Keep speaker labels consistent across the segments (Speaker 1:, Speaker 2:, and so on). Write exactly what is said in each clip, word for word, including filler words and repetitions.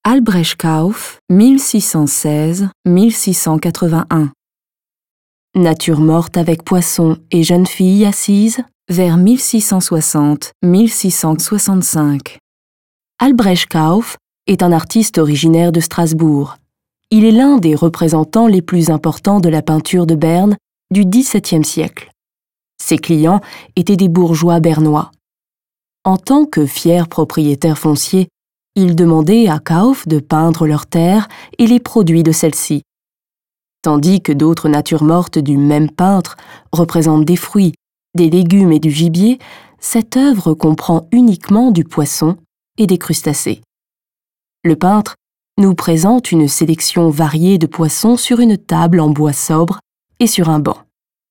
Speaker 1: Albrecht Kauf, mille six cent seize à mille six cent quatre-vingt-un. Nature morte avec poisson et jeune fille assise, vers mille six cent soixante à mille six cent soixante-cinq. Albrecht Kauf est un artiste originaire de Strasbourg. Il est l'un des représentants les plus importants de la peinture de Berne du dix-septième siècle. Ses clients étaient des bourgeois bernois. En tant que fiers propriétaires fonciers, ils demandaient à Kauf de peindre leurs terres et les produits de celles-ci. Tandis que d'autres natures mortes du même peintre représentent des fruits, des légumes et du gibier, cette œuvre comprend uniquement du poisson et des crustacés. Le peintre nous présente une sélection variée de poissons sur une table en bois sobre et sur un banc.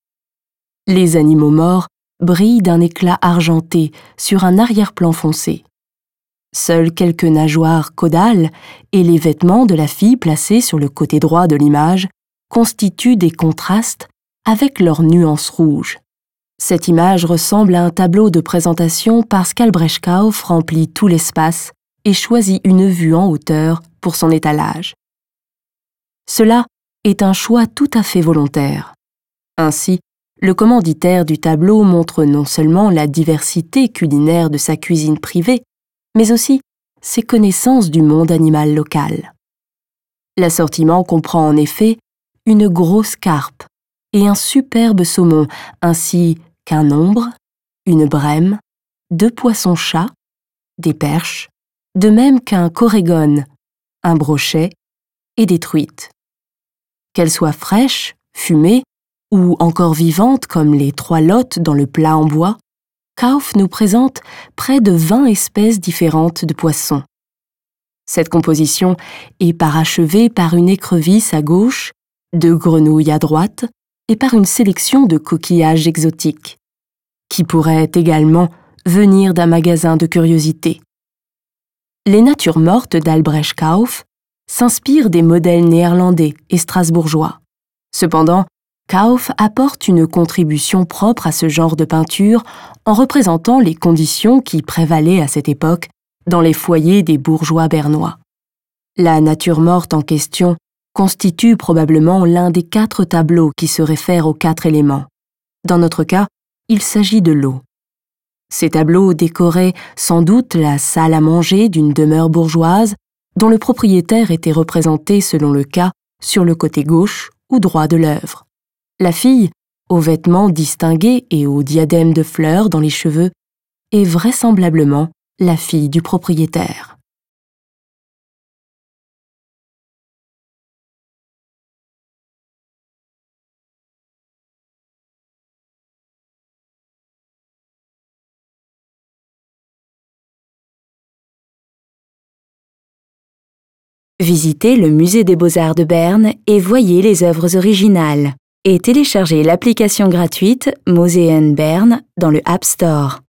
Speaker 1: Les animaux morts brillent d'un éclat argenté sur un arrière-plan foncé. Seules quelques nageoires caudales et les vêtements de la fille placés sur le côté droit de l'image constituent des contrastes avec leurs nuances rouges. Cette image ressemble à un tableau de présentation parce qu'Albrecht Kauf remplit tout l'espace et choisit une vue en hauteur pour son étalage. Cela est un choix tout à fait volontaire. Ainsi, le commanditaire du tableau montre non seulement la diversité culinaire de sa cuisine privée, mais aussi ses connaissances du monde animal local. L'assortiment comprend en effet une grosse carpe et un superbe saumon, ainsi qu'un ombre, une brème, deux poissons-chats, des perches, de même qu'un corégone, un brochet et des truites. Qu'elles soient fraîches, fumées ou encore vivantes comme les trois lottes dans le plat en bois, Kauf nous présente près de vingt espèces différentes de poissons. Cette composition est parachevée par une écrevisse à gauche, deux grenouilles à droite et par une sélection de coquillages exotiques, qui pourraient également venir d'un magasin de curiosités. Les natures mortes d'Albrecht Kauf s'inspirent des modèles néerlandais et strasbourgeois. Cependant, Kauf apporte une contribution propre à ce genre de peinture en représentant les conditions qui prévalaient à cette époque dans les foyers des bourgeois bernois. La nature morte en question constitue probablement l'un des quatre tableaux qui se réfèrent aux quatre éléments. Dans notre cas, il s'agit de l'eau. Ces tableaux décoraient sans doute la salle à manger d'une demeure bourgeoise dont le propriétaire était représenté selon le cas sur le côté gauche ou droit de l'œuvre. La fille, aux vêtements distingués et au diadème de fleurs dans les cheveux, est vraisemblablement la fille du propriétaire.
Speaker 2: Visitez le Musée des Beaux-Arts de Berne et voyez les œuvres originales. Et téléchargez l'application gratuite Museen Bern dans le App Store.